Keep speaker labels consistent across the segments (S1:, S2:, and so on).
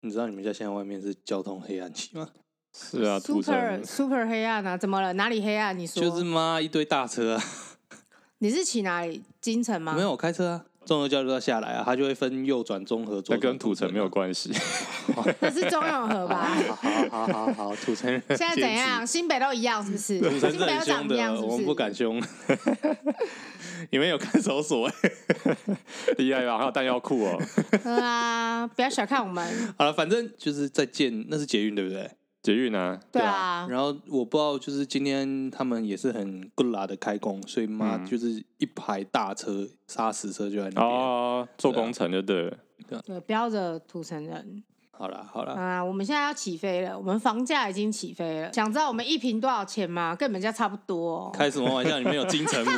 S1: 你知道你们家现在外面是交通黑暗期吗？
S2: 是啊，土城
S3: super 黑暗啊！怎么了？哪里黑暗？你说
S1: 就是妈一堆大车啊！
S3: 你是骑哪里？金城吗？
S1: 没有，我开车啊。综合交流道下来啊，它就会分右转、中和、左转。
S2: 那跟土城没有关系。
S3: 那是中永和吧？
S1: 好，土城人
S3: 现在怎样？新北都一样是不是？
S1: 土城
S3: 新北都长一样是不是？
S1: 我们不敢凶。你们有看守所
S2: 厉害吧？还有弹药库哦。
S3: 啊，不要小看我们。
S1: 好了，反正就是在建，那是捷运对不对？
S2: 捷运啊，
S3: 对啊。
S1: 然后我不知道，就是今天他们也是很 good 啦的开工，所以妈就是一排大车、砂石车就在那边。
S2: 哦，做工程就对了。
S3: 对，标着土城人。
S1: 好啦
S3: 啊，我们现在要起飞了，我们房价已经起飞了。想知道我们一坪多少钱吗？跟你们家差不多。
S1: 开什么玩笑？你们有金城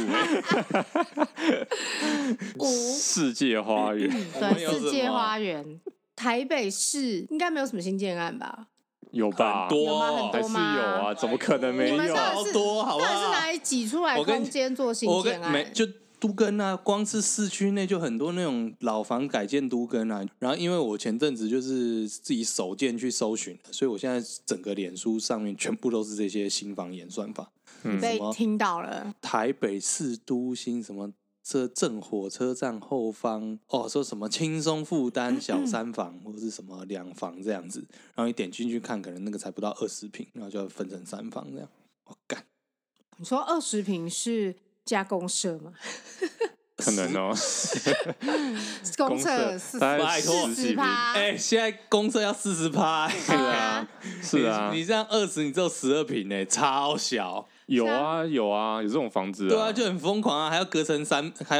S1: 武
S2: 世界花园。
S3: 对，世界花园。台北市应该没有什么新建案吧？
S2: 有吧？
S1: 很多，
S2: 还是有啊？怎么可能没有？
S1: 好多，好不好？
S3: 到底是哪里挤出来空间做新建案？
S1: 就都更啊，光是市区内就很多那种老房改建都更啊。然后因为我前阵子就是自己手贱去搜寻，所以我现在整个脸书上面全部都是这些新房演算法。
S3: 被听到了。
S1: 台北市都新什么？这正火车站后方说什么轻松负担小3房或者是什么2房这样子，然后你点进去看，可能那个才不到20坪，然后就要分成3房这样。我干，
S3: 你说20坪是加公社吗？
S2: 可能哦，
S3: 公社40%，
S1: 现在公社要40%，
S2: 是啊，
S1: 你这样20，你只有12坪呢，超小。
S2: 有啊，有这种房子啊。
S1: 对啊，就很疯狂啊，还要隔成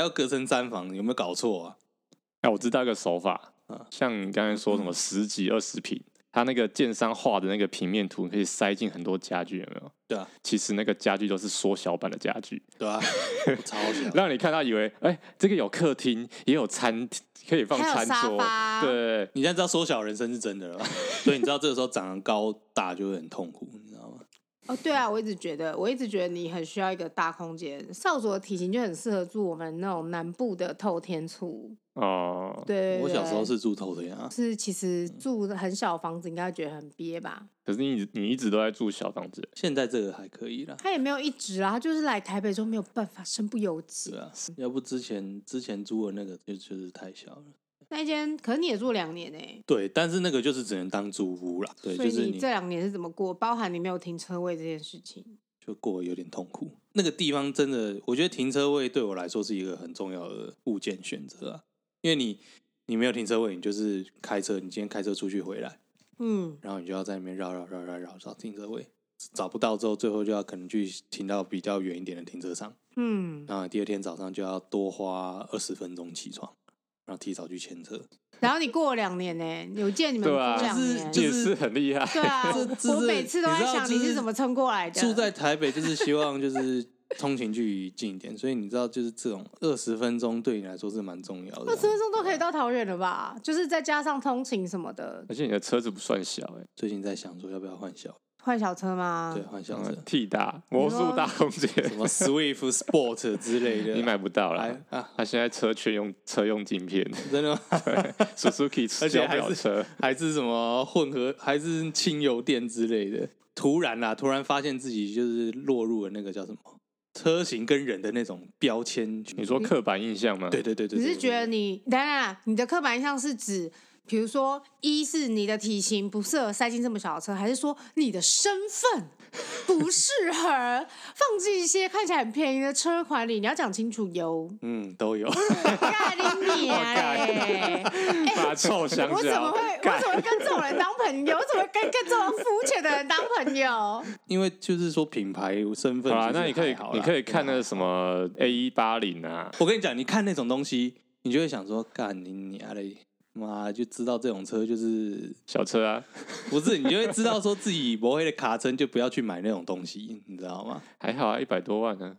S1: 3房，有没有搞错啊？
S2: 我知道一个手法，像你刚才说什么10几20坪，他那个建商画的那个平面图可以塞进很多家具，有没有？
S1: 对啊，
S2: 其实那个家具都是缩小版的家具，
S1: 对啊，超小，
S2: 让你看到以为这个有客厅，也有餐厅，可以放餐桌，对，
S1: 你现在知道缩小人生是真的了吧？所以你知道这个时候长得高大就会很痛苦，你知道吗？
S3: 对啊，我一直觉得你很需要一个大空间。少佐的体型就很适合住我们那种南部的透天厝。
S2: 哦，
S3: 对，
S1: 我小时候是住透天啊。
S3: 是其实住很小房子应该觉得很憋吧？
S2: 可是你一直都在住小房子。
S1: 现在这个还可以啦。
S3: 他也没有一直啊，他就是来台北之后没有办法，身不由己。
S1: 对啊，要不之前租的那个就是太小了。
S3: 那一间，可是你也住2年欸。
S1: 对，但是那个就是只能当租屋啦。对，
S3: 所以
S1: 就是
S3: 你这2年是怎么过？包含你没有停车位这件事情，
S1: 就过得有点痛苦。那个地方真的，我觉得停车位对我来说是一个很重要的物件选择啊。因为你没有停车位，你就是开车，你今天开车出去回来，然后你就要在那边绕找停车位，找不到之后，最后就要可能去停到比较远一点的停车场，然后第2天早上就要多花20分钟起床，然后提早去牵车。
S3: 然后你过了2年呢，有见你们过2年，
S2: 也是很厉害。
S3: 对啊，我每次都在想你是怎么撑过来的。
S1: 住在台北就是希望就是通勤距离近一点，所以你知道就是这种20分钟对你来说是蛮重要的。
S3: 20分钟都可以到桃园了吧？就是再加上通勤什么的。
S2: 而且你的车子不算小
S1: 最近在想说要不要换
S3: 小车吗？
S1: 对，换小车，
S2: 替大魔术大空间，
S1: 什么 Swift Sport 之类的，
S2: 你买不到啦。他现在车用晶片，
S1: 真的吗
S2: ？Suzuki 交不了车，
S1: 还是什么混合，还是轻油电之类的。突然发现自己就是落入了那个叫什么车型跟人的那种标签。
S2: 你说刻板印象吗？
S1: 对。
S3: 你是觉得当然你的刻板印象是指？比如说，一是你的体型不适合塞进这么小的车，还是说你的身份不适合放进一些看起来很便宜的车款里？你要讲清楚哟。
S1: 都有。
S3: 干你娘嘞！
S2: 把臭香蕉。
S3: 我怎么会跟这种人当朋友？我怎么会跟这种肤浅的人当朋友？
S1: 因为就是说品牌身份。
S2: 好啦，那你可以看那个什么 A180啊。
S1: 我跟你讲，你看那种东西，你就会想说，干你娘嘞！妈就知道这种车就是
S2: 小车啊，
S1: 不是你就会知道说自己不会的卡车就不要去买那种东西，你知道吗？
S2: 还好啊，100多万呢。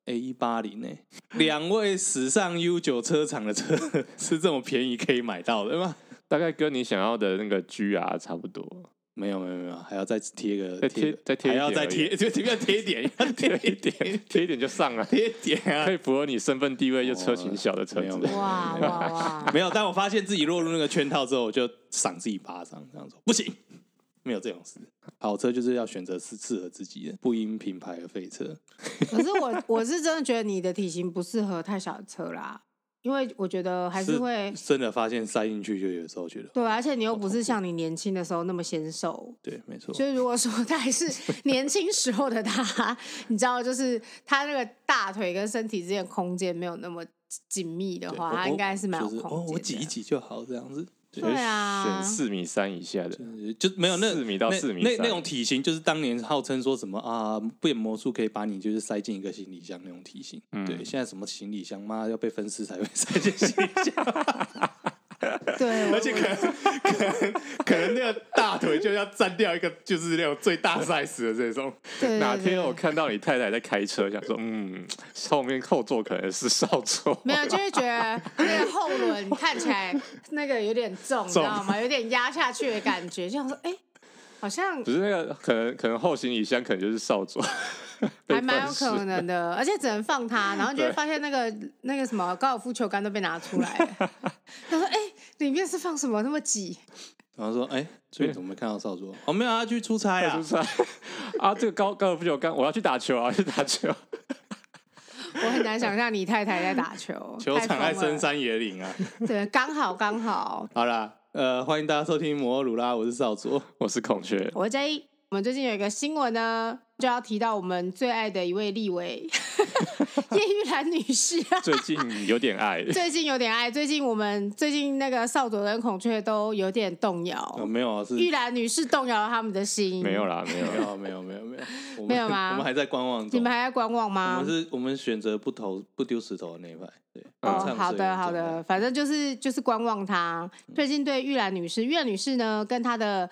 S1: A180呢，2位史上U9车厂的车是这么便宜可以买到的吗？
S2: 大概跟你想要的那个 GR 差不多。
S1: 没有，还要再贴个
S2: 再贴一点，
S1: 还要再贴，就贴一点，要贴一点，
S2: 贴一点就上了，
S1: 贴一点啊，
S2: 可以符合你身份地位又车型小的车子。
S3: 哇，
S1: 没有。但我发现自己落入那个圈套之后，我就赏自己巴掌，这样说不行，没有这种事。好车就是要选择适合自己的，不因品牌而废车。
S3: 可是我是真的觉得你的体型不适合太小的车啦。因为我觉得还是会
S1: 真的发现塞进去，就有时候觉得
S3: 对，而且你又不是像你年轻的时候那么纤瘦，
S1: 对，没错。
S3: 所以如果说他还是年轻时候的他，你知道，就是他那个大腿跟身体之间的空间没有那么紧密的话，他应该是蛮有空间的。
S1: 我挤一挤就好，这样子。
S3: 对啊，
S2: 选4.3米以下的，
S1: 就没有那
S2: 4米到4.3米
S1: 那种体型，就是当年号称说什么啊，变魔术可以把你就是塞进一个行李箱那种体型。对，现在什么行李箱，妈要被分尸才会塞进行李箱。
S3: 对，
S1: 而且可能那个大腿就要占掉一个，就是那种最大 size 的这种。
S3: 对，
S2: 哪天我看到你太太在开车，想说，后面后座可能是少座，
S3: 没有，就会觉得那个后轮看起来那个有点重，你知道吗？有点压下去的感觉，就想说，好像
S2: 只是那个可能后行李箱可能就是少座。
S3: 还蛮有可能的，而且只能放它，然后就会发现那个什么高尔夫球杆都被拿出来了。他说：“里面是放什么那么挤？”
S1: 然后说：“所以怎么没看到少佐？没有，他去出差啊，
S2: 这个高尔夫球杆，我要去打球啊，去打球。”
S3: 我很难想象你太太在打球，
S1: 球场在深山野岭啊。
S3: 对，刚好。好
S1: 啦，欢迎大家收听摩欧鲁拉，我是少佐，
S2: 我是孔雀，
S3: 我是 J。我们最近有一个新闻呢，就要提到我们最爱的一位立委叶玉兰女士。
S2: 最近有点爱，
S3: 最近那个少佐跟孔雀都有点动摇。
S1: 没有啊，是
S3: 玉兰女士动摇了他们的心。
S2: 没有啦，
S1: 没有吗？我们还在观望中。
S3: 你们还在观望吗？
S1: 我们选择不丢石头的那一派。对，
S3: 好的，反正就是观望她。最近对玉兰女士呢，跟她的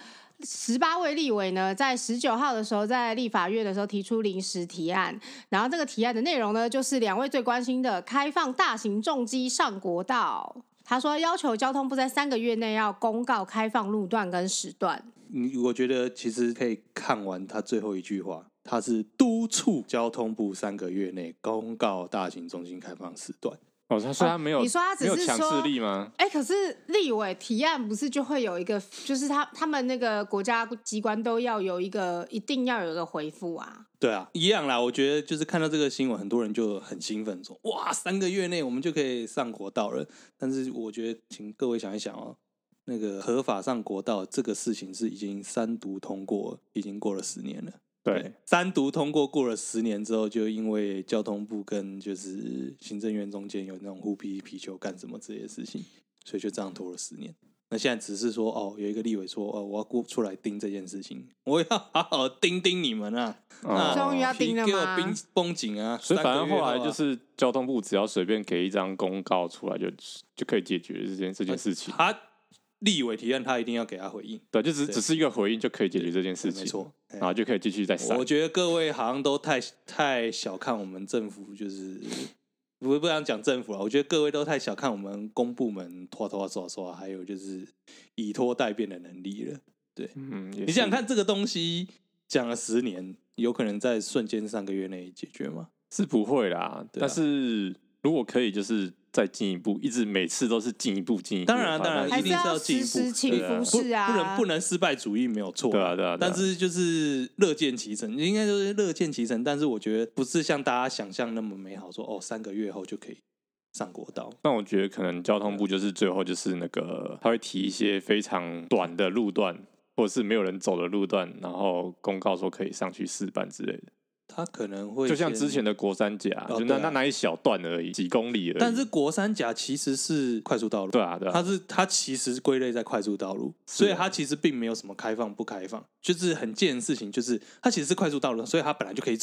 S3: 18位立委呢，在19号的时候，在立法院的时候提出临时提案，然后这个提案的内容呢，就是2位最关心的开放大型重机上国道。他说要求交通部在3个月内要公告开放路段跟时段。
S1: 我觉得其实可以看完他最后一句话，他是督促交通部3个月内公告大型中心开放时段。
S2: 他说他没有，
S3: 你说他只是
S2: 没有强制力吗？
S3: 可是立委提案不是就会有一个，就是他们那个国家机关都要有一个，一定要有一个回复啊。
S1: 对啊，一样啦。我觉得就是看到这个新闻，很多人就很兴奋说：“哇，3个月内我们就可以上国道了。”但是我觉得，请各位想一想哦，那个合法上国道这个事情是已经3读通过，已经过了10年了。
S2: 对
S1: ，3读通过过了10年之后，就因为交通部跟就是行政院中间有那种互批皮球干什么这些事情，所以就这样拖了10年。那现在只是说有一个立委说我要出来盯这件事情，我要好好盯你们啊！
S3: 终于要盯了吗？
S1: 给我绷紧啊！
S2: 所以反正后来就是交通部只要随便给一张公告出来就可以解决这件事情。
S1: 他立委提案，他一定要给他回应。
S2: 对，就只是一个回应就可以解决这件事情，
S1: 没错。
S2: 然后就可以继续再删。
S1: 我觉得各位好像都太小看我们政府，就是不想讲政府了。我觉得各位都太小看我们公部门拖刷，还有就是以拖代变的能力了。对，你想想看，这个东西讲了10年，有可能在瞬间3个月内解决吗？
S2: 是不会啦，但是如果可以，就是再进一步，一直每次都是进一步。当然，一定是要进一步，
S3: 请服侍啊，
S1: 不能失败主义没有错。
S2: 对啊。
S1: 但是就是乐见其成，应该就是乐见其成。但是我觉得不是像大家想象那么美好，说3个月后就可以上国道。
S2: 但我觉得可能交通部就是最后就是那个他会提一些非常短的路段，或者是没有人走的路段，然后公告说可以上去试办之类的。
S1: 他可能会
S2: 就像之前的国三甲，就那一小段而已，几公里而已。
S1: 但是国三甲其实是快速道路，
S2: 对啊，
S1: 它其实归类在快速道路，所以它其实并没有什么开放不开放，就是很贱的事情，就是它其实是快速道路，所以它本来就可以走。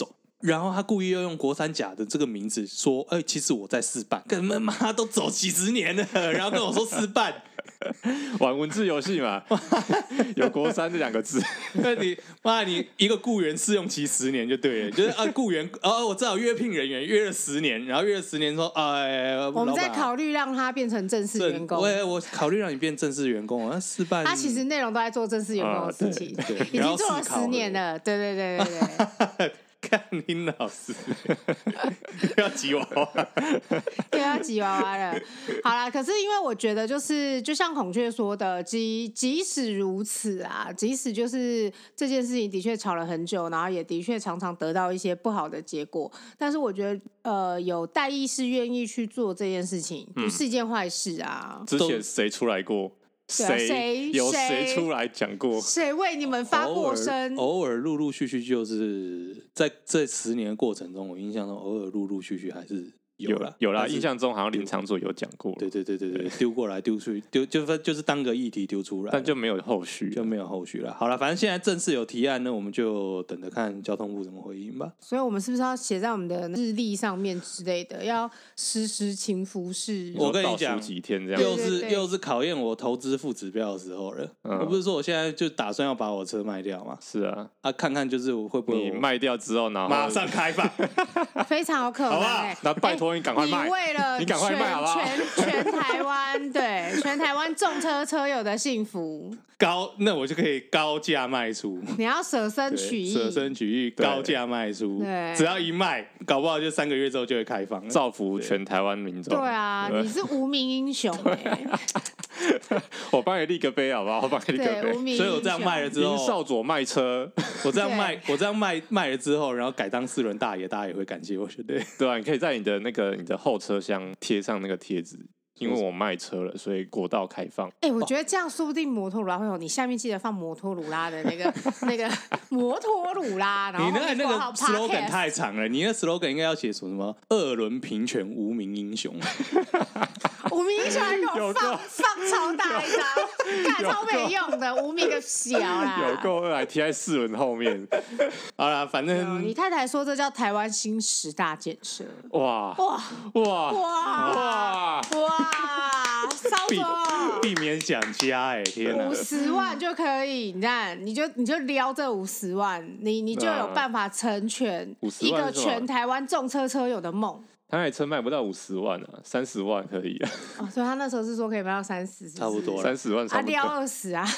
S1: 然后他故意要用国三甲的这个名字说，其实我在试办，根本妈都走几十年了，然后跟我说试办，
S2: 玩文字游戏嘛，有国三这2个字。
S1: 那你一个雇员试用期10年就对了，就是雇员我知道约聘人员约了10年，然后约了10年说，
S3: 我们在考虑让他变成正式员工。
S1: 我考虑让你变正式员工，那试办
S3: 他其实内容都在做正式员工的事情，已经做了10年了。对。
S1: 看林老师，要吉娃娃，
S3: 对，要吉娃娃了。好啦，可是因为我觉得就像孔雀说的，即使如此啊，即使就是这件事情的确吵了很久，然后也的确常常得到一些不好的结果，但是我觉得有代议士愿意去做这件事说不是一件坏事啊。
S2: 之前谁出来过？谁出来讲过？
S3: 谁为你们发过声？
S1: 偶尔陆陆续续，就是在这10年的过程中，我印象中偶尔陆陆续续还是有啦，
S2: 印象中好像林长佐有讲过。
S1: 对，丢过来丢出去，就是当个议题丢出来，
S2: 但就没有后续
S1: 了。好了，反正现在正式有提案呢，我们就等着看交通部怎么回应吧。
S3: 所以我们是不是要写在我们的日历上面之类的，要时勤拂拭？
S1: 我跟你讲，
S2: 几天这样，
S1: 又是考验我投资负指标的时候了。我不是说我现在就打算要把我车卖掉吗？
S2: 是啊，
S1: 看看就是我会不会
S2: 你卖掉之后，然后
S1: 马上开放，
S3: 非常有可能。
S2: 那拜托你赶快卖，
S3: 你为了
S2: 你赶快卖好不好？
S3: 全台湾全台湾重车友的幸福，
S1: 那我就可以高价卖出。
S3: 你要舍身取义，
S1: 高价卖出，只要一卖，搞不好就3个月之后就会开放，
S2: 造福全台湾民众。
S3: 对啊，你是无名英雄
S2: 我帮你立个碑好不好？我帮你立个碑。
S1: 所以我这样卖了之后，
S2: 林少佐卖车，
S1: 我这样卖了之后，然后改当4轮大爷，大家也会感谢我，对不对？
S2: 对啊，你可以在你的后车厢贴上那个贴纸。因为我卖车了，所以国道开放。
S3: 我觉得这样说不定摩托鲁拉会有，你下面记得放摩托鲁拉的那个摩托鲁拉。然后
S1: 你那个 slogan 太长了，你那 slogan 应该要写什么2轮平权无名英雄。
S3: 无名英雄还给我放超大一张，看超没用的，无名个小啦。
S2: 有够恶，还贴在4轮后面。
S1: 好啦，反正
S3: 你太太说这叫台湾新10大建设。
S2: 哇，
S3: 少佐
S1: 避免讲家天哪
S3: ，50万就可以，你看，你就撩这50万，你就有办法成全一个全台湾重车友的梦。
S2: 他那车卖不到50万啊，30万可以啊。
S3: 所以他那时候是说可以卖到30，
S1: 差不多
S2: 30万差不多。
S3: 撩20啊，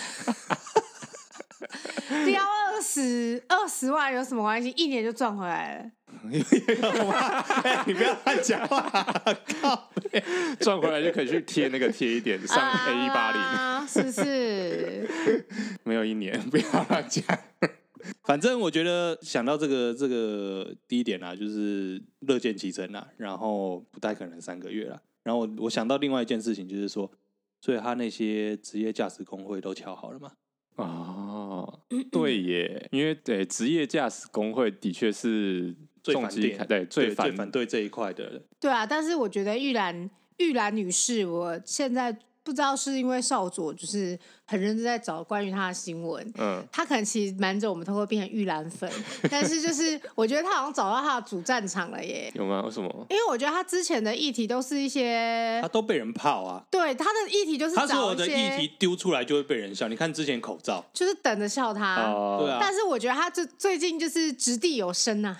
S3: 撩20万有什么关系1年就赚回来了。
S1: 你不要乱讲话，靠！
S2: 赚回来就可以去贴那个贴一点上 A180，
S3: 是不是？
S1: 没有1年，不要乱讲。反正我觉得想到这个第一点啦，就是乐见其成啦，然后不太可能3个月啦。然后我想到另外一件事情，就是说，所以他那些职业驾驶工会都敲好了吗？
S2: 对耶，因为职业驾驶工会的确是最反
S1: 对这一块的。
S3: 对啊，但是我觉得玉兰女士，我现在不知道是因为少佐就是很认真在找关于她的新闻，她可能其实瞒着我们，都会变成玉兰粉，但是就是我觉得她好像找到她的主战场了耶。
S2: 有吗？为什么？
S3: 因为我觉得她之前的议题都是一些，
S1: 她都被人炮啊。
S3: 对，她的议题就是
S1: 她所有的议题丢出来就会被人笑。你看之前口罩，
S3: 就是等着笑她。
S1: 对啊。
S3: 但是我觉得她最近就是掷地有声啊，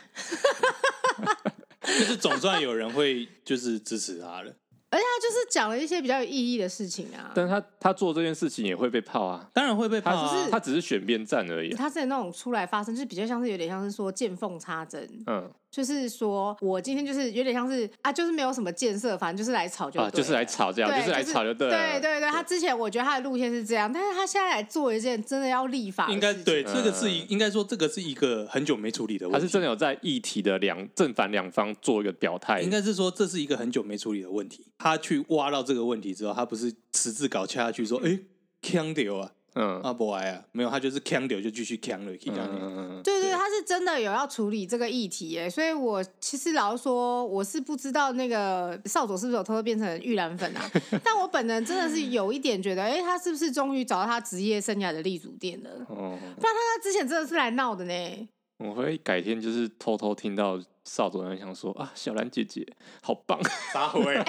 S1: 就是总算有人会就是支持她了。
S3: 而且他就是讲了一些比较有意义的事情啊，
S2: 但是他做这件事情也会被炮啊，
S1: 当然会被炮啊，
S2: 他只是选边站而已。
S3: 他之前那种出来发声，就是比较像是有点像是说见缝插针，就是说我今天就是有点像是就是没有什么建设，反正就是来吵就对了，
S2: 就是来吵这样，就是来吵就对了。
S3: 对，他之前我觉得他的路线是这样，但是他现在来做一件真的要立法的事情，
S1: 应该对这个是应该说这个是一个很久没处理的问题，
S2: 他是真的有在议题的正反两方做一个表态，
S1: 应该是说这是一个很久没处理的问题，他去挖到这个问题之后，他不是十字镐掐下去说呛掉啊。不爱啊，没有，他就是呛掉就继续呛了，可以这样。
S3: 对，他是真的有要处理这个议题耶，所以我其实老实说，我是不知道那个少佐是不是有偷偷变成玉兰粉啊？但我本人真的是有一点觉得，他是不是终于找到他职业生涯的立足点了？不然他之前真的是来闹的呢。
S2: 我会改天就是偷偷听到少佐人想说啊，小兰姐姐好棒，
S1: 撒回，
S3: 我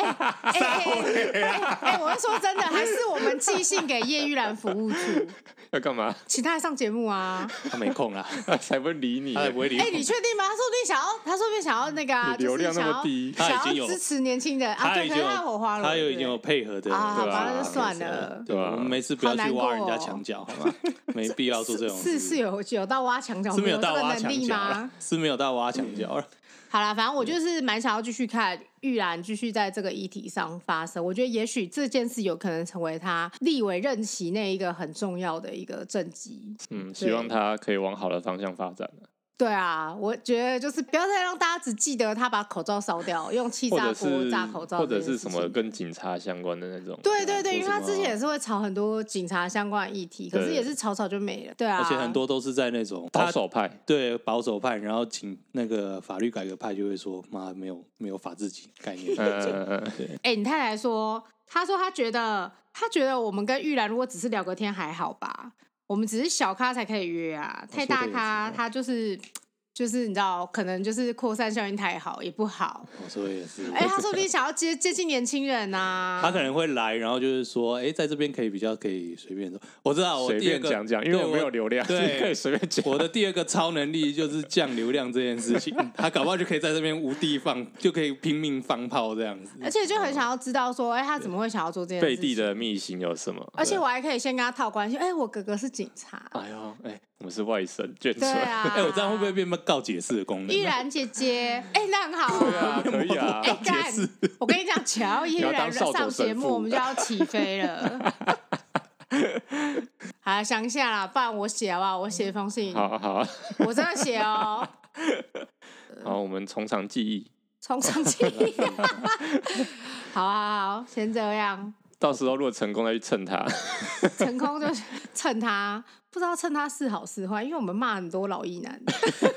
S3: 是说真的，还是我们寄信给叶玉兰服务处，
S2: 要干嘛？
S3: 请他来上节目啊。
S1: 他没空啦，
S2: 才不会理你，
S1: 他才不会理
S3: 你确定吗？他说不定想要那个啊，
S2: 你流量那么低，
S3: 就是想要支持年轻人啊，对，可是他火花了，
S1: 他已经有配合的，
S3: 好吧，那就算
S1: 了，
S3: 对
S1: 吧？我们没事不要去挖人家墙角，好吗？没必要做这种事。
S3: 是有到挖墙角，
S1: 是没有到挖墙角
S3: 吗？
S1: 是没有到挖墙角了。
S3: 好啦，反正我就是蛮想要继续看玉兰继续在这个议题上发声。我觉得也许这件事有可能成为他立委任期内一个很重要的一个政绩。
S2: 希望他可以往好的方向发展。
S3: 对啊，我觉得就是不要再让大家只记得他把口罩烧掉，用气炸锅炸口罩，
S2: 或者是什么跟警察相关的那种。
S3: 对，因为他之前也是会炒很多警察相关的议题，可是也是炒就没了。对啊，
S1: 而且很多都是在那种
S2: 保守派，
S1: 对保守派，然后那个法律改革派就会说，妈没有法治概念。
S3: 对，你太太说，她说她觉得我们跟玉兰如果只是聊个天还好吧。我们只是小咖才可以约啊，太大咖他就是你知道，可能就是扩散效应太好也不好。
S1: 我说也是，
S3: 他说不定想要接近年轻人啊，
S1: 他可能会来，然后就是说，在这边可以随便说。我知道，我
S2: 随便讲，因为我没有流量，对，可以随便讲。
S1: 我的第二个超能力就是降流量这件事情，他搞不好就可以在这边无地放，就可以拼命放炮这样子。
S3: 而且就很想要知道说，他怎么会想要做这件事情？
S2: 背地的秘辛有什么？
S3: 而且我还可以先跟他套关系，我哥哥是警察。
S2: 哎呦，我们是外省眷村。
S3: 对啊，
S1: 我这样会不会变告解释的功能？
S3: 玉兰姐姐，那很好
S2: 啊，可以啊。
S3: 我跟你讲，瞧叶玉兰上节目，我们就要起飞了。好，想一下啦，不然我写好不好？我写一封信。
S2: 好，
S3: 我真的写哦。
S2: 好，我们从长计议。
S3: 从长计议。好，先这样。
S2: 到时候如果成功再去蹭他，
S3: 成功就蹭他，不知道蹭他是好是坏，因为我们骂很多老一男。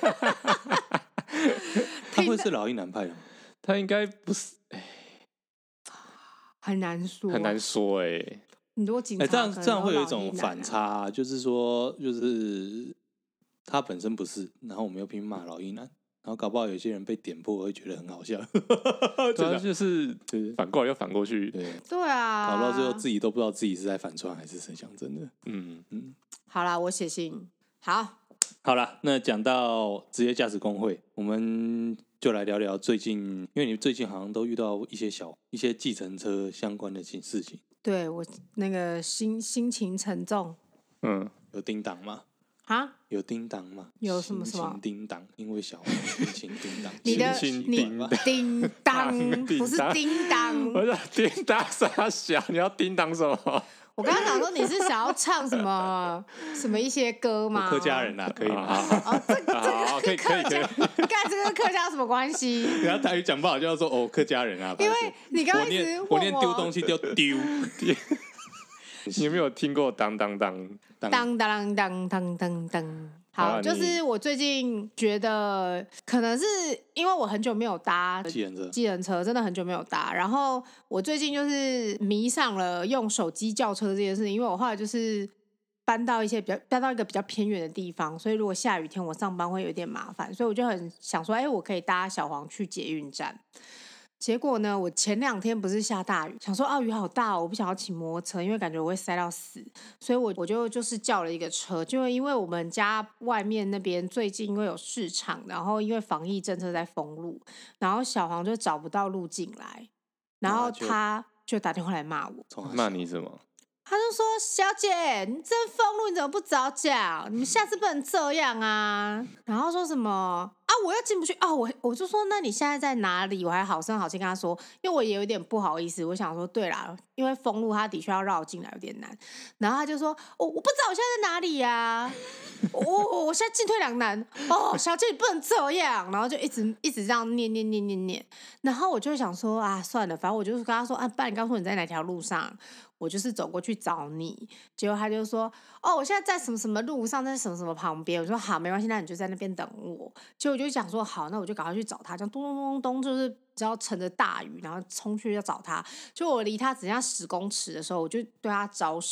S1: 他会是老一男派的吗？
S2: 他应该不是，
S3: 很难说，
S2: 很难说
S3: 很多警察
S1: 这样会有一种反差，就是说，就是他本身不是，然后我们又拼骂老一男。然后搞不好有些人被点破会觉得很好笑，
S2: 对，就是反过来又反过去，
S3: 对啊，
S1: 搞到最后自己都不知道自己是在反串还是谁讲真的。
S3: 好啦，我写信。好
S1: 啦，那讲到职业驾驶工会，我们就来聊聊最近，因为你最近好像都遇到一些计程车相关的事情。
S3: 对，我那个心情沉重。
S1: 有叮当吗？有叮当吗？
S3: 有什么
S1: 叮当？因为小心情叮当，
S3: 你的叮当不是叮当，
S2: 我说叮当啥小？你要叮当什么？
S3: 我刚刚讲说你是想要唱什么一些歌吗？
S1: 客家人啊，可以吗？
S3: 这个
S2: 可以。
S3: 干这个跟客家有什么关系？
S1: 然后台语讲不好就要说客家人啊，
S3: 因为你刚刚一直
S1: 我念丢东西丢。
S2: 你有没有听过当当当
S3: 当当当当当当？好，就是我最近觉得，可能是因为我很久没有搭计程车，真的很久没有搭。然后我最近就是迷上了用手机叫车这件事情，因为我后来就是搬到一个比较偏远的地方，所以如果下雨天我上班会有点麻烦，所以我就很想说，我可以搭小黄去捷运站。结果呢，我前2天不是下大雨，想说雨好大我不想要骑摩托车，因为感觉我会塞到死，所以我就是叫了一个车，就因为我们家外面那边最近因为有市场，然后因为防疫政策在封路，然后小黄就找不到路进来，然后他就打电话来骂我。
S2: 骂你什么？
S3: 他就说：“小姐，你这封路你怎么不早讲？你们下次不能这样啊！”然后说什么我又进不去我就说：“那你现在在哪里？”我还好声好气跟他说，因为我也有点不好意思，我想说，对啦，因为封路他的确要绕进来有点难。然后他就说：“我不知道我现在在哪里呀、我现在进退两难。小姐你不能这样。”然后就一直这样念。然后我就想说算了，反正我就是跟他说不然你告诉我你在哪条路上。我就是走过去找你，结果他就说我现在在什么什么路上，在什么什么旁边。我说好，没关系，那你就在那边等我。结果我就想说好，那我就赶快去找他，这样咚咚咚咚，就是只要乘着大雨，然后冲去要找他。就我离他只剩下10公尺的时候，我就对他招手，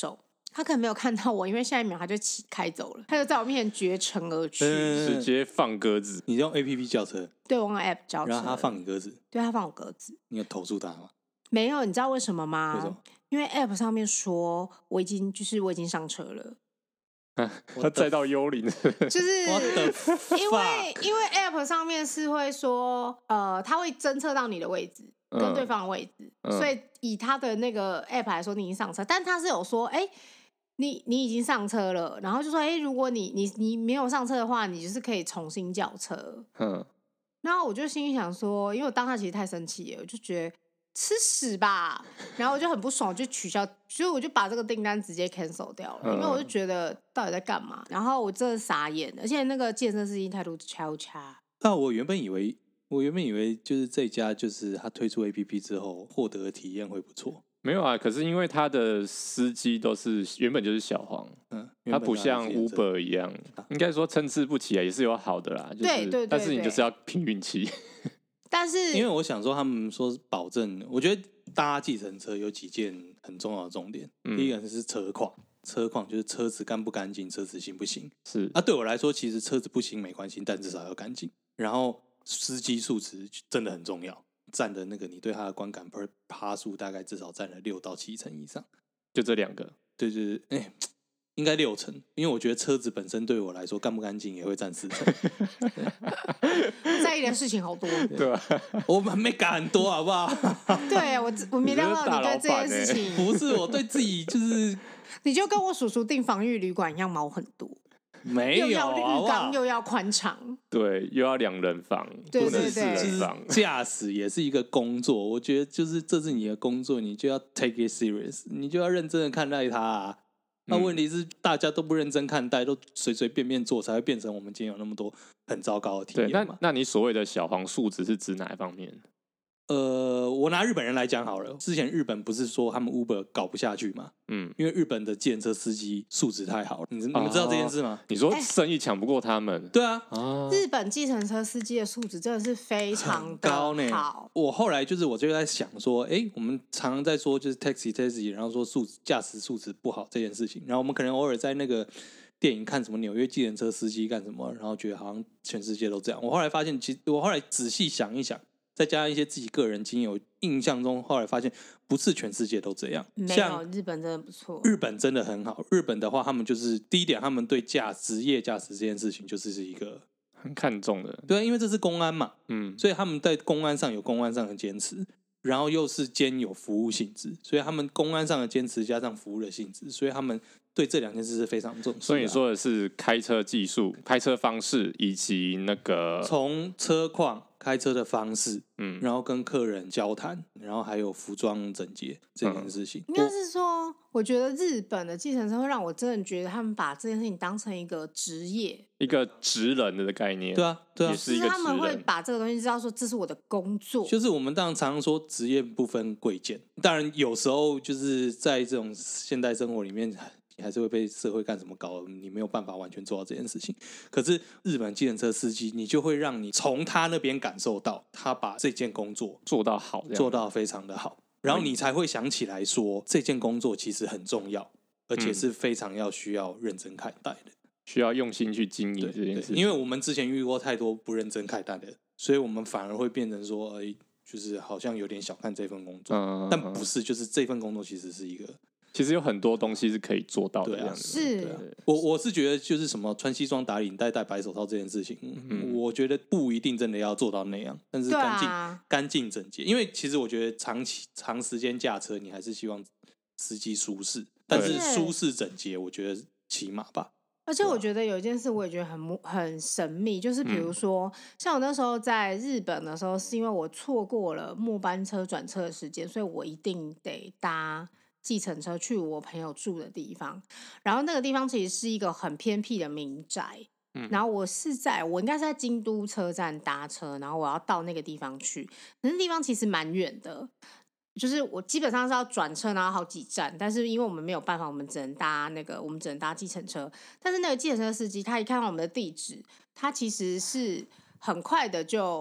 S3: 他可能没有看到我，因为下一秒他就开走了，他就在我面前绝尘而去，
S2: 直接放鸽子。
S1: 你用 APP 叫车，
S3: 对，我用 App 叫车，
S1: 然后他放你鸽子，
S3: 对，他放我鸽子，
S1: 你有投诉他吗？
S3: 没有，你知道为什么吗？
S1: 为什么？
S3: 因为 App 上面说我已经上车了。
S2: 他载到幽灵，
S3: 就是因
S1: fuck？
S3: 为 App 上面是会说，它会侦测到你的位置跟对方的位置，所以以他的那个 App 来说，你已经上车，但他是有说，你已经上车了，然后就说，如果你没有上车的话，你就是可以重新叫车。然后我就心里想说，因为我当下其实太生气了，我就觉得吃屎吧，然后我就很不爽，就取消，所以我就把这个订单直接 cancel 掉了，因为我就觉得到底在干嘛，然后我真的傻眼，而且那个健身司机态度超差。
S1: 那我原本以为就是这家就是他推出 APP 之后获得的体验会不错。
S2: 没有啊，可是因为他的司机都是原本就是小黄，他不像 Uber 一样，应该说参差不齐啊，也是有好的啦，就是
S3: 对，
S2: 但是你就是要凭运气。
S3: 但是
S1: 因为我想说，他们说保证，我觉得搭计程车有几件很重要的重点，第一个是车况就是车子干不干净，车子行不行。
S2: 是
S1: 对我来说，其实车子不行没关系，但至少要干净。然后司机素质真的很重要，占的那个你对他的观感趴数大概至少占了6到7成以上，
S2: 就这2个。
S1: 对，应该6成，因为我觉得车子本身对我来说干不干净也会占4成。
S3: 在意的事情好多，
S2: 对吧？
S1: 我们没改很多，好不好？
S3: 对我没料到你对这件事情，
S1: 不是我对自己就是
S3: 你就跟我叔叔订防御旅馆一样毛很多，
S1: 没有
S3: 又要浴缸
S1: 好不好
S3: 又要宽敞，
S2: 对，又要2人房，
S3: 对
S2: 不能4
S3: 对对
S2: 人房。
S1: 驾驶也是一个工作，我觉得就是这是你的工作，你就要 take it serious， 你就要认真的看待它啊。那问题是大家都不认真看待，都随随便便做，才会变成我们今天有那么多很糟糕的体验嘛。
S2: 那你所谓的小黄素质是指哪一方面？
S1: 我拿日本人来讲好了，之前日本不是说他们 Uber 搞不下去嘛？因为日本的计程车司机素质太好了，你们知道这件事吗？
S2: 你说生意抢不过他们？
S1: 对啊，
S3: 日本计程车司机的素质真的是非常的
S1: 高呢。
S3: 好。
S1: 我后来我就在想说，我们常常在说就是 taxi， 然后说驾驶素质不好这件事情，然后我们可能偶尔在那个电影看什么纽约计程车司机干什么，然后觉得好像全世界都这样。我后来发现，其实我后来仔细想一想，再加上一些自己个人经验，印象中后来发现不是全世界都这样。
S3: 没有，日本真的不错。
S1: 日本真的很好。日本的话，他们就是第一点，他们对职业驾驶这件事情就是一个
S2: 很看重的。
S1: 对，因为这是公安嘛，所以他们在公安上有公安上的坚持，然后又是兼有服务性质，所以他们公安上的坚持加上服务的性质，所以他们对这2件事是非常重视的。
S2: 所以你说的是开车技术、开车方式以及那个
S1: 从车况、开车的方式，然后跟客人交谈，然后还有服装整洁这件事情。
S3: 应该是说，我觉得日本的计程车会让我真的觉得他们把这件事情当成一个职业，
S2: 一个职人的概念。
S1: 对啊，
S2: 也是一个职人。
S3: 他们会把这个东西知道说这是我的工作。
S1: 就是我们当然常说职业不分贵贱，当然有时候就是在这种现代生活里面，你还是会被社会干什么搞，你没有办法完全做到这件事情。可是日本计程车司机，你就会让你从他那边感受到，他把这件工作
S2: 做到好，
S1: 做到非常的好，然后你才会想起来说，这件工作其实很重要，而且是非常需要认真看待的，
S2: 需要用心去经营这件事情。
S1: 因为我们之前遇过太多不认真看待的，所以我们反而会变成说，就是好像有点小看这份工作，但不是，就是这份工作其实是一个。
S2: 其实有很多东西是可以做到的样子。
S3: 是，
S1: 我是觉得就是什么穿西装打领带戴白手套这件事情，我觉得不一定真的要做到那样，但是干净整洁。因为其实我觉得长时间驾车，你还是希望司机舒适，但是舒适整洁，我觉得起码吧。
S3: 而且我觉得有一件事我也觉得很神秘，就是比如说，像我那时候在日本的时候，是因为我错过了末班车转车的时间，所以我一定得搭计程车去我朋友住的地方，然后那个地方其实是一个很偏僻的民宅，然后我应该是在京都车站搭车，然后我要到那个地方去，那地方其实蛮远的，就是我基本上是要转车，然后好几站，但是因为我们没有办法，我们只能搭计程车，但是那个计程车司机他一看到我们的地址，他其实是很快的就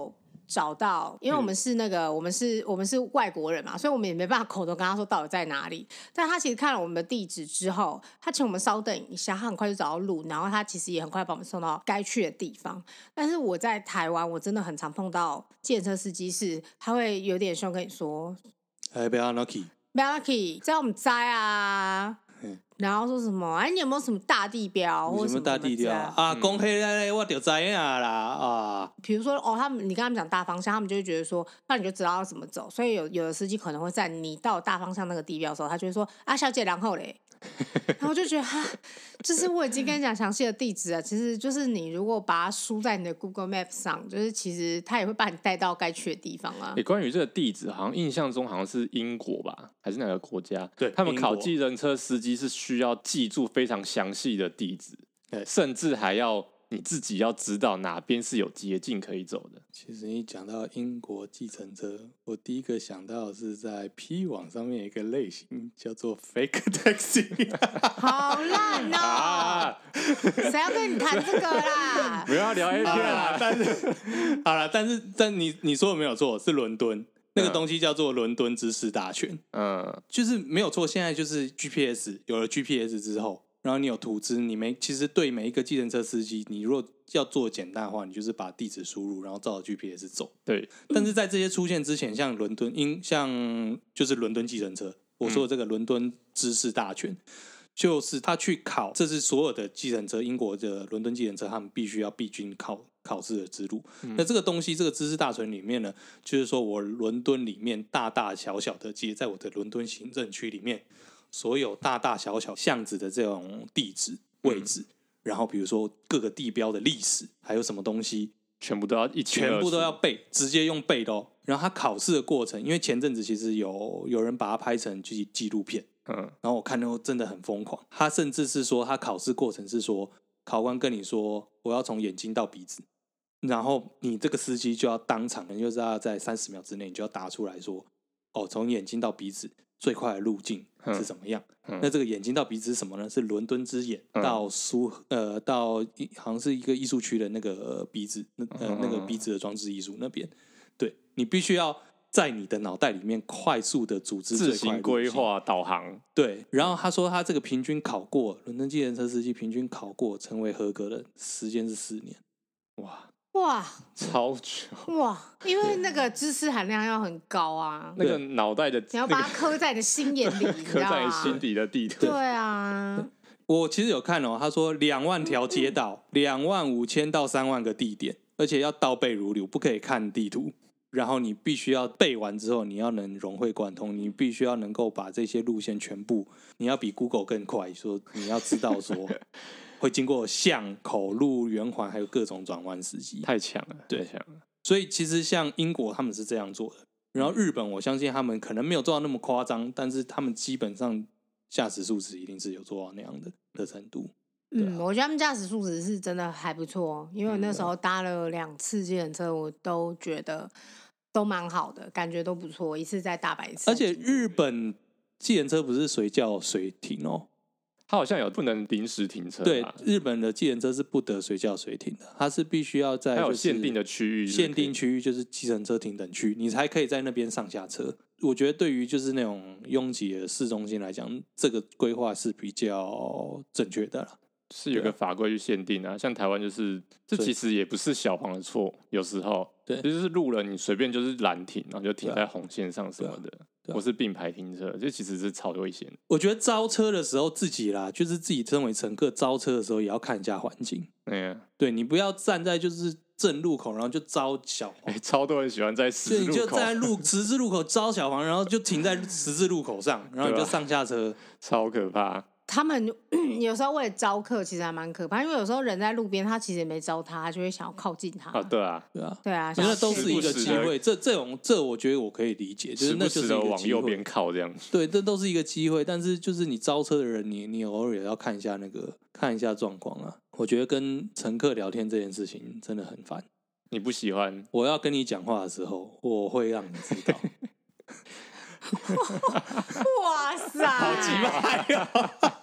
S3: 找到，因为我们是我们是外国人嘛，所以我们也没办法口头跟他说到底在哪里。但他其实看了我们的地址之后，他请我们稍等一下，他很快就找到路，然后他其实也很快把我们送到该去的地方。但是我在台湾，我真的很常碰到计程车司机是，他会有点凶跟你说，
S1: 不要 lucky，
S3: 不要 lucky， 在我们摘啊。然后说什么？你有没有什么大地标？或
S1: 什么大地标啊？讲黑嘞，我就知呀啦啊！
S3: 比如说你跟他们讲大方向，他们就会觉得说，那你就知道要怎么走。所以有的司机可能会在你到大方向那个地标的时候，他就会说小姐，然后嘞。然后就觉得就是我已经跟你讲详细的地址了，其实就是你如果把它输在你的 Google Map 上，就是其实它也会把你带到该去的地方啊。
S2: 关于这个地址，好像印象中好像是英国吧，还是哪个国家？
S1: 对，
S2: 他们考计程车司机是需要记住非常详细的地址，甚至还要你自己要知道哪边是有捷径可以走的。
S1: 其实你讲到英国计程车，我第一个想到的是在 P 网上面有一个类型叫做 Fake Taxi，
S3: 好烂哦！谁要跟你谈这个啦？
S2: 不要聊 A 片啦。
S1: 但你说的没有错，是伦敦那个东西叫做伦敦知识大全，就是没有错。现在就是 GPS 有了 GPS 之后。然后你有图资，其实对每一个计程车司机，你如果要做简单的话，你就是把地址输入，然后照着 GPS 走。
S2: 对。
S1: 但是在这些出现之前，像就是伦敦计程车，我说的这个伦敦知识大全，就是他去考，这是所有的计程车，英国的伦敦计程车，他们必须要必经考试的之路。那这个东西，这个知识大全里面呢，就是说我伦敦里面大大小小的街，在我的伦敦行政区里面。所有大大小小巷子的这种地址位置，然后比如说各个地标的历史，还有什么东西，
S2: 全部都要
S1: 全部都要背，直接用背的哦。然后他考试的过程，因为前阵子其实有人把它拍成纪录片，然后我看到真的很疯狂。他甚至是说，他考试过程是说，考官跟你说我要从眼睛到鼻子，然后你这个司机就要当场，就是要在30秒之内，你就要答出来说，从眼睛到鼻子。最快的路径是怎么样？那这个眼睛到鼻子是什么呢？是伦敦之眼到好像是一个艺术区的那个鼻子，那个鼻子的装置艺术那边。对，你必须要在你的脑袋里面快速的组织
S2: 自行规划导航。
S1: 对，然后他说他这个平均考过伦敦计程车司机平均考过成为合格的时间是4年。
S3: 哇，
S2: 超久
S3: 哇！因为那个知识含量要很高啊，
S2: 那个脑袋的
S3: 你要把它刻在你的心眼里，
S2: 刻在你心底的地图。
S3: 对啊，
S1: 我其实有看他说2万条街道，25000到3万个地点，而且要倒背如流，不可以看地图。然后你必须要背完之后，你要能融会贯通，你必须要能够把这些路线全部，你要比 Google 更快，说你要知道说。会经过巷口路圆环，还有各种转弯时机，
S2: 太强了，
S1: 对，
S2: 太强了。
S1: 所以其实像英国他们是这样做的，然后日本我相信他们可能没有做到那么夸张，但是他们基本上驾驶素质一定是有做到那样的程度。
S3: 我觉得他们驾驶素质是真的还不错，因为我那时候搭了2次计程车，我都觉得都蛮好的，感觉都不错。一次在大阪，一次。
S1: 而且日本计程车不是随叫随停哦。
S2: 它好像有不能临时停车，
S1: 对，日本的计程车是不得随叫随停的，它是必须要在
S2: 它有限定的区域，
S1: 限定区域就是计程车停等区，你才可以在那边上下车。我觉得对于就是那种拥挤的市中心来讲，这个规划是比较正确的啦。
S2: 是有个法规去限定啊，像台湾就是这其实也不是小黄的错，有时候对，就是路人你随便就是拦停，然后就停在红线上什么的。或是并排停车，这其实是超危险的。
S1: 我觉得招车的时候自己啦，就是自己身为乘客招车的时候也要看一下环境。对，你不要站在就是正路口，然后就招小黄。
S2: 超多人喜欢在十字路口，
S1: 你就站在十字路口招小黄，然后就停在十字路口上，然后你就上下车，
S2: 超可怕。
S3: 他们有时候为了招客，其实还蛮可怕，因为有时候人在路边，他其实也没招他就会想要靠近他。
S2: 对啊，
S1: 那都是一个机会。这我觉得我可以理解，就是那就是一个机会，
S2: 往右边靠这样。
S1: 对，这都是一个机会，但是就是你招车的人，你偶尔也要看一下状况啊。我觉得跟乘客聊天这件事情真的很烦。
S2: 你不喜欢？
S1: 我要跟你讲话的时候，我会让你知道。
S3: 哇塞，
S1: 好鸡掰啊！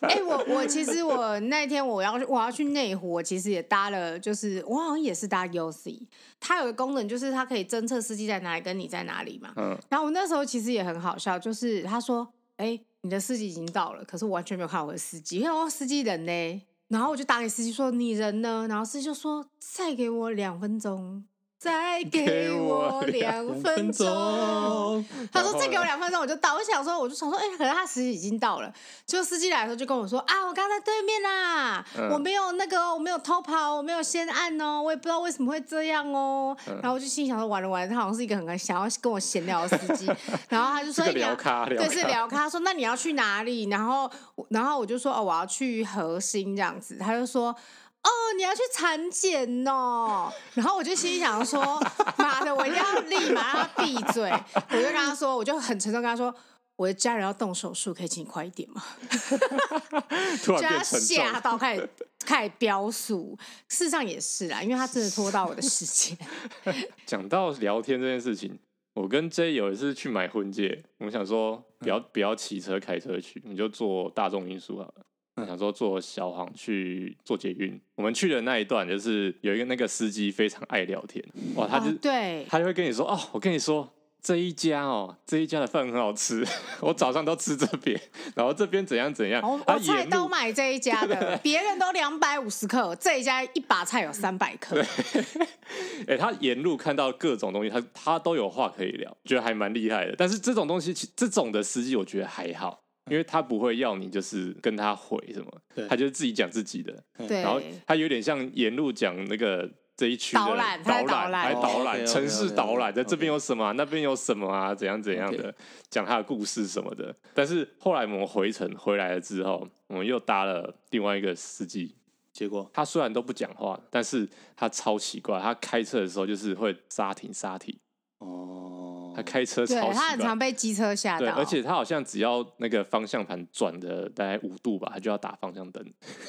S3: 我其实我那天我要去内湖，我其实也搭了，就是我好像也是搭 UC， 它有个功能就是它可以侦测司机在哪里跟你在哪里嘛。然后我那时候其实也很好笑，就是他说，你的司机已经到了，可是我完全没有看到我的司机，因为司机人呢？然后我就打给司机说你人呢？然后司机就说再给我2分钟。再给我2分钟。他说再给我2分钟我就到。我就想说，可是他司机已经到了。就司机来的时候就跟我说啊，我刚在对面啦，我没有我没有偷跑，我没有先按哦，我也不知道为什么会这样哦。然后我就心想说完了，他好像是一个很想要跟我闲聊的司机。然后他就说
S2: 聊咖，
S3: 对，是聊咖。他说那你要去哪里？然后我就说我要去核心这样子。他就说。你要去产检哦，然后我就心里想说，妈的，我一定要立马让他闭嘴。我就跟他说，我就很沉重跟他说，我的家人要动手术，可以请你快一点吗？
S2: 突然变沉重，
S3: 就他吓到开始飙速。事实上也是啦，因为他真的拖到我的时间。
S2: 讲到聊天这件事情，我跟 J 有一次去买婚戒，我想说不要骑车开车去，你就坐大众运输好了。想说坐小黄去坐捷运，我们去的那一段就是有一个那个司机非常爱聊天，哇，他就会跟你说我跟你说这一家的饭很好吃，我早上都吃这边，然后这边怎样怎样，
S3: 我菜都买这一家的，别人都250克，这一家一把菜有300克。
S2: 他沿路看到各种东西，他都有话可以聊，觉得还蛮厉害的。但是这种东西，这种的司机我觉得还好。因为他不会要你就是跟他回什么，他就是自己讲自己的，然后他有点像沿路讲那个这一区的导览城市导览，在这边有什么，那边有什么啊，怎样怎样的，讲他的故事什么的。但是后来我们回程回来了之后，我们又搭了另外一个司机，
S1: 结果
S2: 他虽然都不讲话，但是他超奇怪，他开车的时候就是会刹停。他开车超奇怪，
S3: 对，他很常被机车吓到。
S2: 对，而且他好像只要那个方向盘转的大概5度吧，他就要打方向灯。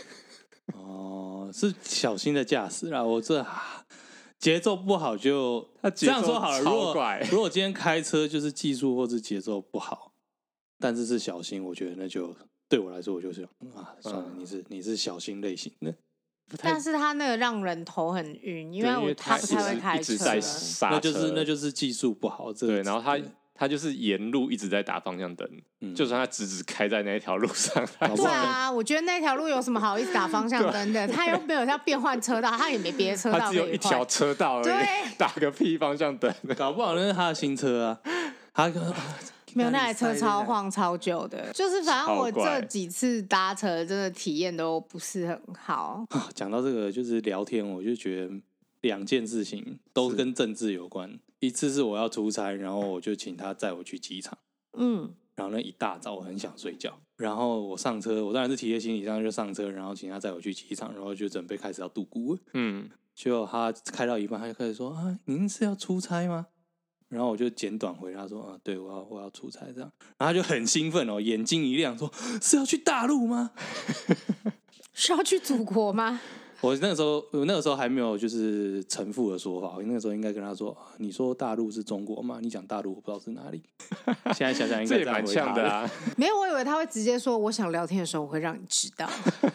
S1: 是小心的驾驶啦。我这节奏不好就这样说好了。如果今天开车就是技术或是节奏不好，但是小心，我觉得那就对我来说，我就是算了，你是小心类型的。
S3: 但是他那个让人头很晕，因为他不太会开车，
S2: 一直在刹
S1: 车，那就是技术不好。
S2: 对，然后他就是沿路一直在打方向灯，就算他直开在那条路上。
S3: 对啊，我觉得那条路有什么好一直打方向灯的？他又没有要变换车道，他也没别的车道，
S2: 他只有一条车道而已，打个屁方向灯，
S1: 搞不好那是他的新车啊，他。
S3: 没有，那台车超晃超久的，就是反正我这几次搭车真的体验都不是很好。
S1: 讲到这个就是聊天，我就觉得2件事情都跟政治有关。一次是我要出差，然后我就请他载我去机场，然后那一大早我很想睡觉，然后我上车，我当然是提着行李箱就上车，然后请他载我去机场，然后就准备开始要度孤。结果他开到一半，他就开始说您是要出差吗？然后我就简短回答说对，我要出差这样。然后他就很兴奋眼睛一亮说是要去大陆吗？
S3: 是要去祖国吗？
S1: 我那个时候还没有就是陈复的说法，我那个时候应该跟他说你说大陆是中国吗？你讲大陆我不知道是哪里。现在想想应该这样回答的。
S3: 没有，我以为他会直接说我想聊天的时候我会让你知道。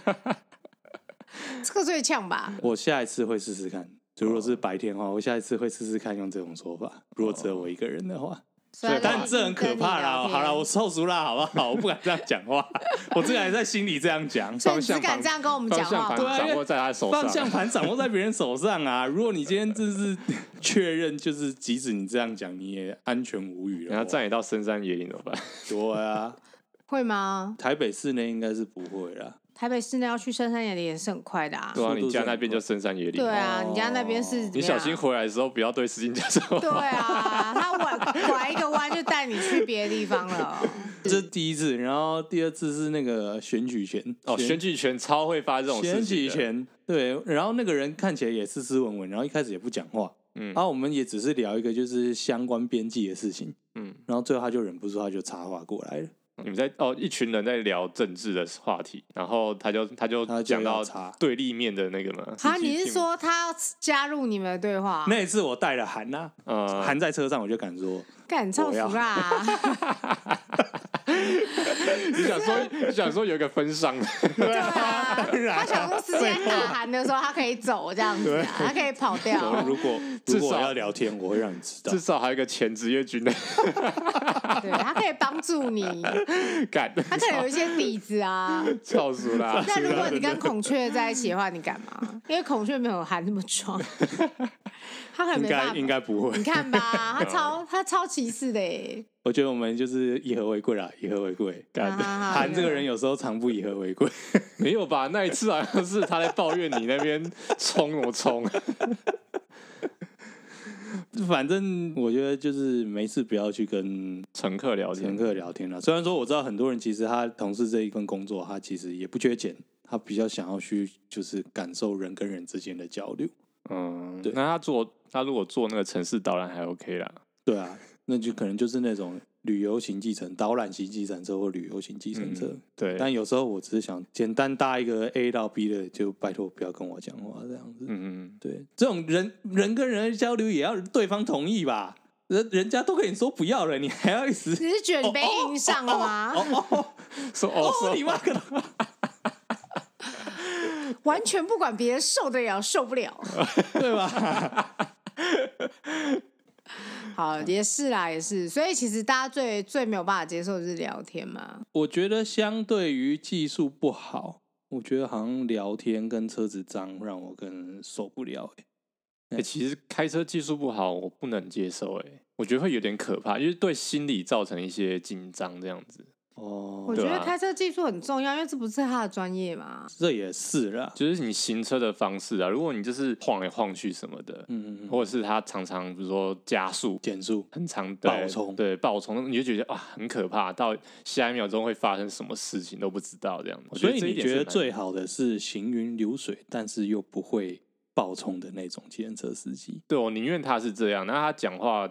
S3: 这个最呛吧。
S1: 我下一次会试试看，如果是白天的话，我下一次会试试看用这种说法。如果只有我一个人的话，但这很可怕啦。好啦，我臭熟啦，好不好？我不敢这样讲话，我这个还在心里这样讲。
S3: 所以你只敢这样跟我们讲话？
S2: 对啊，掌握在他手上，
S1: 方向盘掌握在别人手上啊。如果你今天就是确认，就是即使你这样讲，你也安全无虞了。
S2: 然后载你到深山野岭怎么办？
S1: 对啊，
S3: 会吗？
S1: 台北市内应该是不会啦。
S3: 台北市内要去深山野岭也是很快的啊。
S2: 对啊，你家那边就深山野岭。
S3: 对啊，你家那边是。
S2: 你小心回来的时候不要对司机讲什么。
S3: 对啊，他拐一个弯就带你去别的地方了。
S1: 这是第一次，然后第二次是那个选举权。
S2: 选举权超会发这种事情。选
S1: 举权对，然后那个人看起来也斯斯文文，然后一开始也不讲话。然后我们也只是聊一个就是相关编辑的事情。然后最后他就忍不住，他就插话过来了。
S2: 你们在一群人在聊政治的话题，然后他就讲到对立面的那个嘛。
S3: 你是说他要加入你们的对话？
S1: 那一次我带了韩韩在车上，我就敢说，
S3: 敢臭死啦！
S2: 你想说有一个分上的，
S3: 对啊，他想说司机在大喊的时候，他可以走这样子啊，他可以跑掉。
S1: 如果要聊天，我会让你知道，
S2: 至少还有一个前职业军的，
S3: 对，他可以帮助你，他可能有一些底子啊。
S2: 超熟啦！
S3: 那如果你跟孔雀在一起的话，你干嘛？因为孔雀没有喊那么壮，他可能没办法。
S1: 应该不会。
S3: 你看吧，他超歧视的耶。
S1: 我觉得我们就是以和为贵啦，以和为贵。韩这个人有时候常不以和为贵。
S2: 没有吧？那一次好像是他在抱怨你那边冲我冲。
S1: 反正我觉得就是没事不要去跟
S2: 乘客聊
S1: 天啦。虽然说我知道很多人其实他从事这一份工作，他其实也不缺钱，他比较想要去就是感受人跟人之间的交流。
S2: 嗯，对。那他如果做那个城市导览还 OK 啦。
S1: 对啊，那就可能就是那种旅游型计程、导览型计程车或旅游型计程车。
S2: 对。
S1: 但有时候我只是想简单搭一个 A 到 B 的，就拜托不要跟我讲话这样子。对，这种人跟人的交流也要对方同意吧？人家都跟你说不要了，你还要一直？
S3: 你是觉得你被硬上了吗？
S1: 说你妈个！
S3: 完全不管别人受得了受不了，
S1: 对吧？
S3: 好，也是啦，也是。所以其实大家最没有辦法接受的是聊天嘛。
S1: 我觉得相对于技术不好，我觉得好像聊天跟车子脏让我更受不了。
S2: 其实开车技术不好我不能接受，我觉得会有点可怕，因为对心理造成一些紧张这样子。
S3: 我觉得开车技术很重要，因为这不是他的专业嘛。
S1: 这也是啦，
S2: 就是你行车的方式啊，如果你就是晃来晃去什么的，或者是他常常比如说加速、
S1: 减速、
S2: 很长
S1: 爆冲，
S2: 你就觉得哇很可怕，到下一秒钟会发生什么事情都不知道这样子。
S1: 所以你觉得最好的是行云流水，但是又不会爆冲的那种计程车司机？
S2: 对，我宁愿他是这样，那他讲话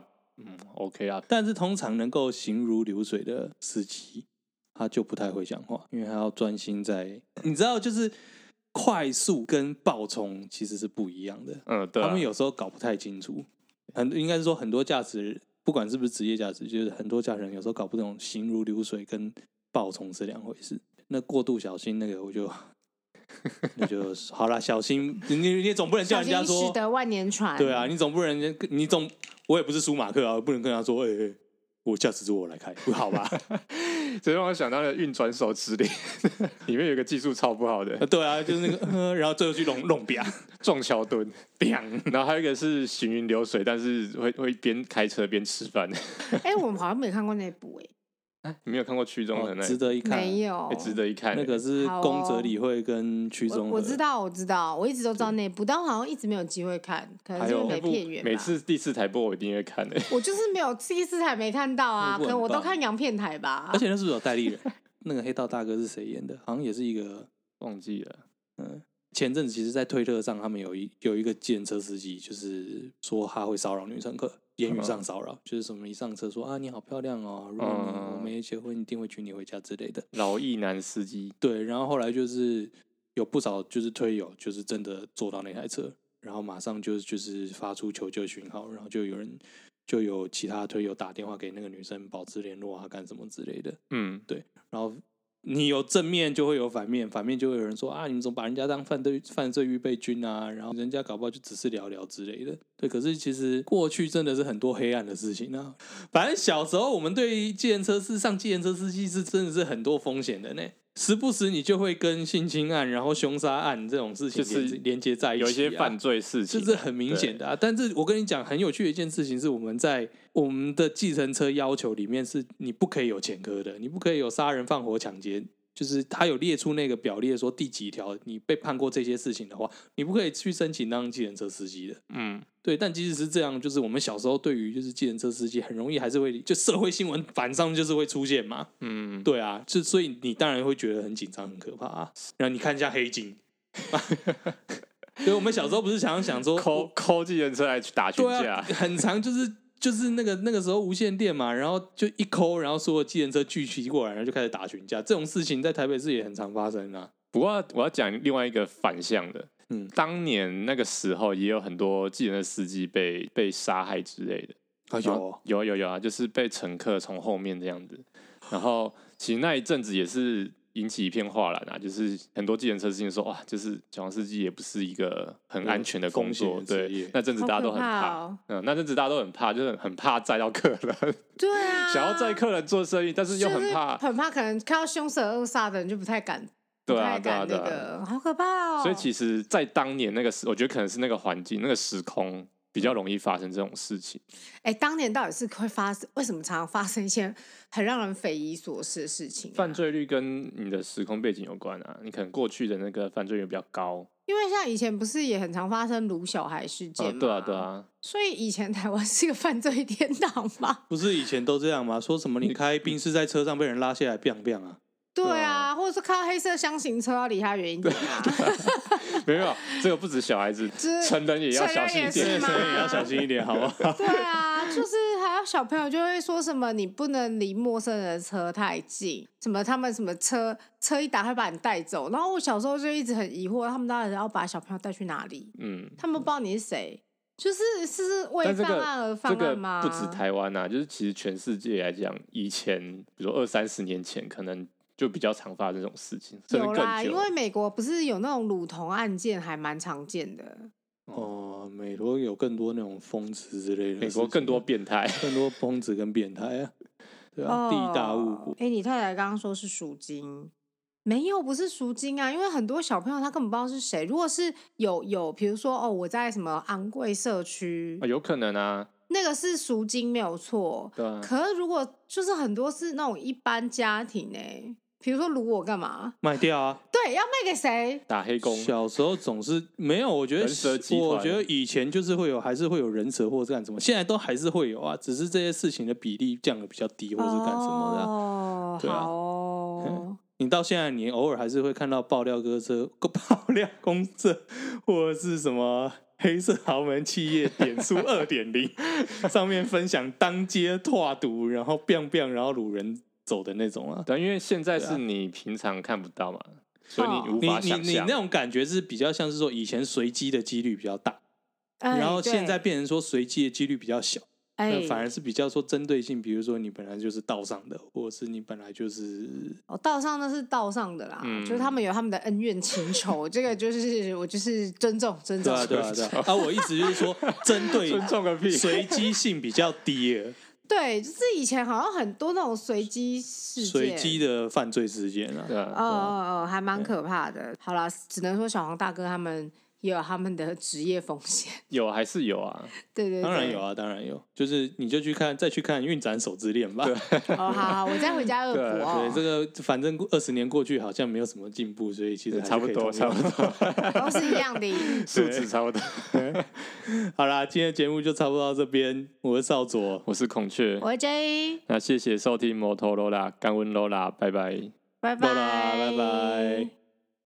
S2: OK 啊。
S1: 但是通常能够行如流水的司机，他就不太会讲话，因为他要专心在，你知道，就是快速跟爆冲其实是不一样的。
S2: 对啊，
S1: 他们有时候搞不太清楚，应该是说很多驾驶，不管是不是职业驾驶，就是很多驾驶人有时候搞不懂行如流水跟爆冲是两回事。那过度小心那个，我就那就好啦，小心你总不能叫人家说
S3: 小心驶得万年船。
S1: 对啊，你总不能我也不是舒马克啊，我不能跟他说我驾驶座我来开，不好吧？
S2: 这让我想到了运转手指令，里面有一个技术超不好的。
S1: 对啊，就是那个，然后最后去弄
S2: 撞桥墩，然后还有一个是行云流水，但是会边开车边吃饭。
S3: 我们好像没看过那部
S2: 你没有看过区中的那？
S1: 值得一看，
S3: 没有，
S2: 值得一看。
S1: 那个是宫泽理惠跟区中。
S3: 我知道，我一直都知道那部，但我好像一直没有机会看，可能是因为没片源吧。
S2: 每次第4台播我一定会看的。
S3: 我就是没有第4台没看到啊，可能我都看洋片台吧。
S1: 而且那是不是有戴立人？那个黑道大哥是谁演的？好像也是一个
S2: 忘记了。
S1: 前阵子其实，在推特上，他们有一个计程车司机，就是说他会骚扰女乘客，言语上骚扰，就是什么一上车说啊你好漂亮哦，如果我没结婚，一定会娶你回家之类的。
S2: 老役男司机。
S1: 对，然后后来就是有不少就是推友，就是真的坐到那台车，然后马上就是发出求救讯号，然后就有其他推友打电话给那个女生保持联络啊，干什么之类的。对，然后你有正面就会有反面，反面就会有人说啊，你们怎么把人家当犯罪预备军啊？然后人家搞不好就只是聊聊之类的。对，可是其实过去真的是很多黑暗的事情啊。反正小时候我们对上计程车司机是真的是很多风险的呢。时不时你就会跟性侵案然后凶杀案这种事情就是连接在一起，
S2: 有一些犯罪事情，
S1: 这是很明显的啊。但是我跟你讲很有趣的一件事情是，我们在我们的计程车要求里面是你不可以有前科的，你不可以有杀人放火抢劫，就是他有列出那个表列说第几条你被判过这些事情的话，你不可以去申请当计程车司机的。对，但即使是这样，就是我们小时候对于就是计程车司机很容易还是会就社会新闻反上就是会出现嘛。对啊，所以你当然会觉得很紧张很可怕啊。然后你看一下黑金。所以我们小时候不是想说
S2: 抠计程车来去打群架，
S1: 很常就是那个时候无线电嘛，然后就一抠，然后所有计程车聚集过来，然后就开始打群架。这种事情在台北市也很常发生啊。
S2: 不过我要讲另外一个反向的，当年那个时候也有很多计程车司机被杀害之类的。
S1: 有啊，
S2: 就是被乘客从后面这样子。 然后其实那一阵子也是引起一片哗然啊，就是很多计程车司机说哇，就是小黄司机也不是一个很安全的工作，对，那阵子大家都很怕，那阵子大家都很怕，就是很怕载到客人，
S3: 对啊，
S2: 想要载客人做生意，但是又很怕，
S3: 很怕可能看到凶神恶煞的人就不太敢。
S2: 对啊，
S3: 好可怕哦！
S2: 所以其实，在当年那个我觉得可能是那个环境、那个时空比较容易发生这种事情。
S3: 当年到底是会发生？为什么常常发生一些很让人匪夷所思的事情？
S2: 犯罪率跟你的时空背景有关啊，你可能过去的那个犯罪率比较高。
S3: 因为像以前不是也很常发生掳小孩事件吗？
S2: 对啊。
S3: 所以以前台湾是个犯罪天堂吗？
S1: 不是以前都这样吗？说什么你开宾士在车上被人拉下来 biang biang 啊？
S3: 对啊，或者是看到黑色箱型车要离他远一点啊。
S2: 没有，这个不止小孩子，成人也要小心一点，
S1: 成人也要小心一点，好不好？
S3: 对啊，就是还有小朋友就会说什么你不能离陌生人的车太近，什么他们什么车一打会把你带走。然后我小时候就一直很疑惑，他们到底要把小朋友带去哪里？他们不知道你是谁。就是为犯案而犯案吗？
S2: 这个不止台湾啊，就是其实全世界来讲，以前比如说20-30年前可能就比较常发生这种事情，
S3: 有啦，因为美国不是有那种掳童案件，还蛮常见的。
S1: 美国有更多那种疯子之类的，
S2: 美国更多变态，
S1: 更多疯子跟变态啊，对啊，地大物博。
S3: 你太太刚刚说是赎金，没有，不是赎金啊，因为很多小朋友他根本不知道是谁。如果是有，比如说我在什么昂贵社区，
S2: 有可能啊。
S3: 那个是赎金没有错，
S2: 对啊。
S3: 可是如果就是很多是那种一般家庭比如说掳我干嘛？
S1: 卖掉啊！
S3: 对，要卖给谁？
S2: 打黑工。
S1: 小时候总是没有，我觉得以前就是会有，还是会有人蛇或者干什么，现在都还是会有啊，只是这些事情的比例降得比较低，或者是干什么的。对啊。
S3: 好哦。
S1: 你到现在，你偶尔还是会看到爆料公社，或者是什么黑色豪门企业点数2.0上面分享当街拓毒，然后 biang biang， 然后掳人走的那种啊。
S2: 对，因为现在是你平常看不到嘛，所以你无法想象。
S1: 你那种感觉是比较像是说以前随机的几率比较大，然后现在变成说随机的几率比较小。反而是比较说针对性，比如说你本来就是道上的，或者是你本来就是
S3: 道上那是道上的啦，就是他们有他们的恩怨情仇，这个就是我就是尊重。对
S1: 啊，我意思就是说，针对
S2: 尊重个屁，
S1: 随机性比较低了。
S3: 对，就是以前好像很多那种随机事件、
S1: 随机的犯罪事件啊，
S3: 还蛮可怕的。好啦，只能说小黄大哥他们也有他们的职业风险，
S2: 有还是有啊？
S3: 对，
S1: 当然有啊，当然有。就是你就再去看《运斩手之恋》吧。
S3: 好，我再回家恶补
S1: 对，这个反正20年过去好像没有什么进步，所以其实
S2: 差不多，
S3: 都是一样的，
S2: 素质差不多。
S1: 好啦，今天的节目就差不多到这边。我是少佐，
S2: 我是孔雀，
S3: 我是 J。
S2: 那谢谢收听摩托罗拉，感恩罗拉，拜拜，
S3: 拜拜，
S1: 拜拜。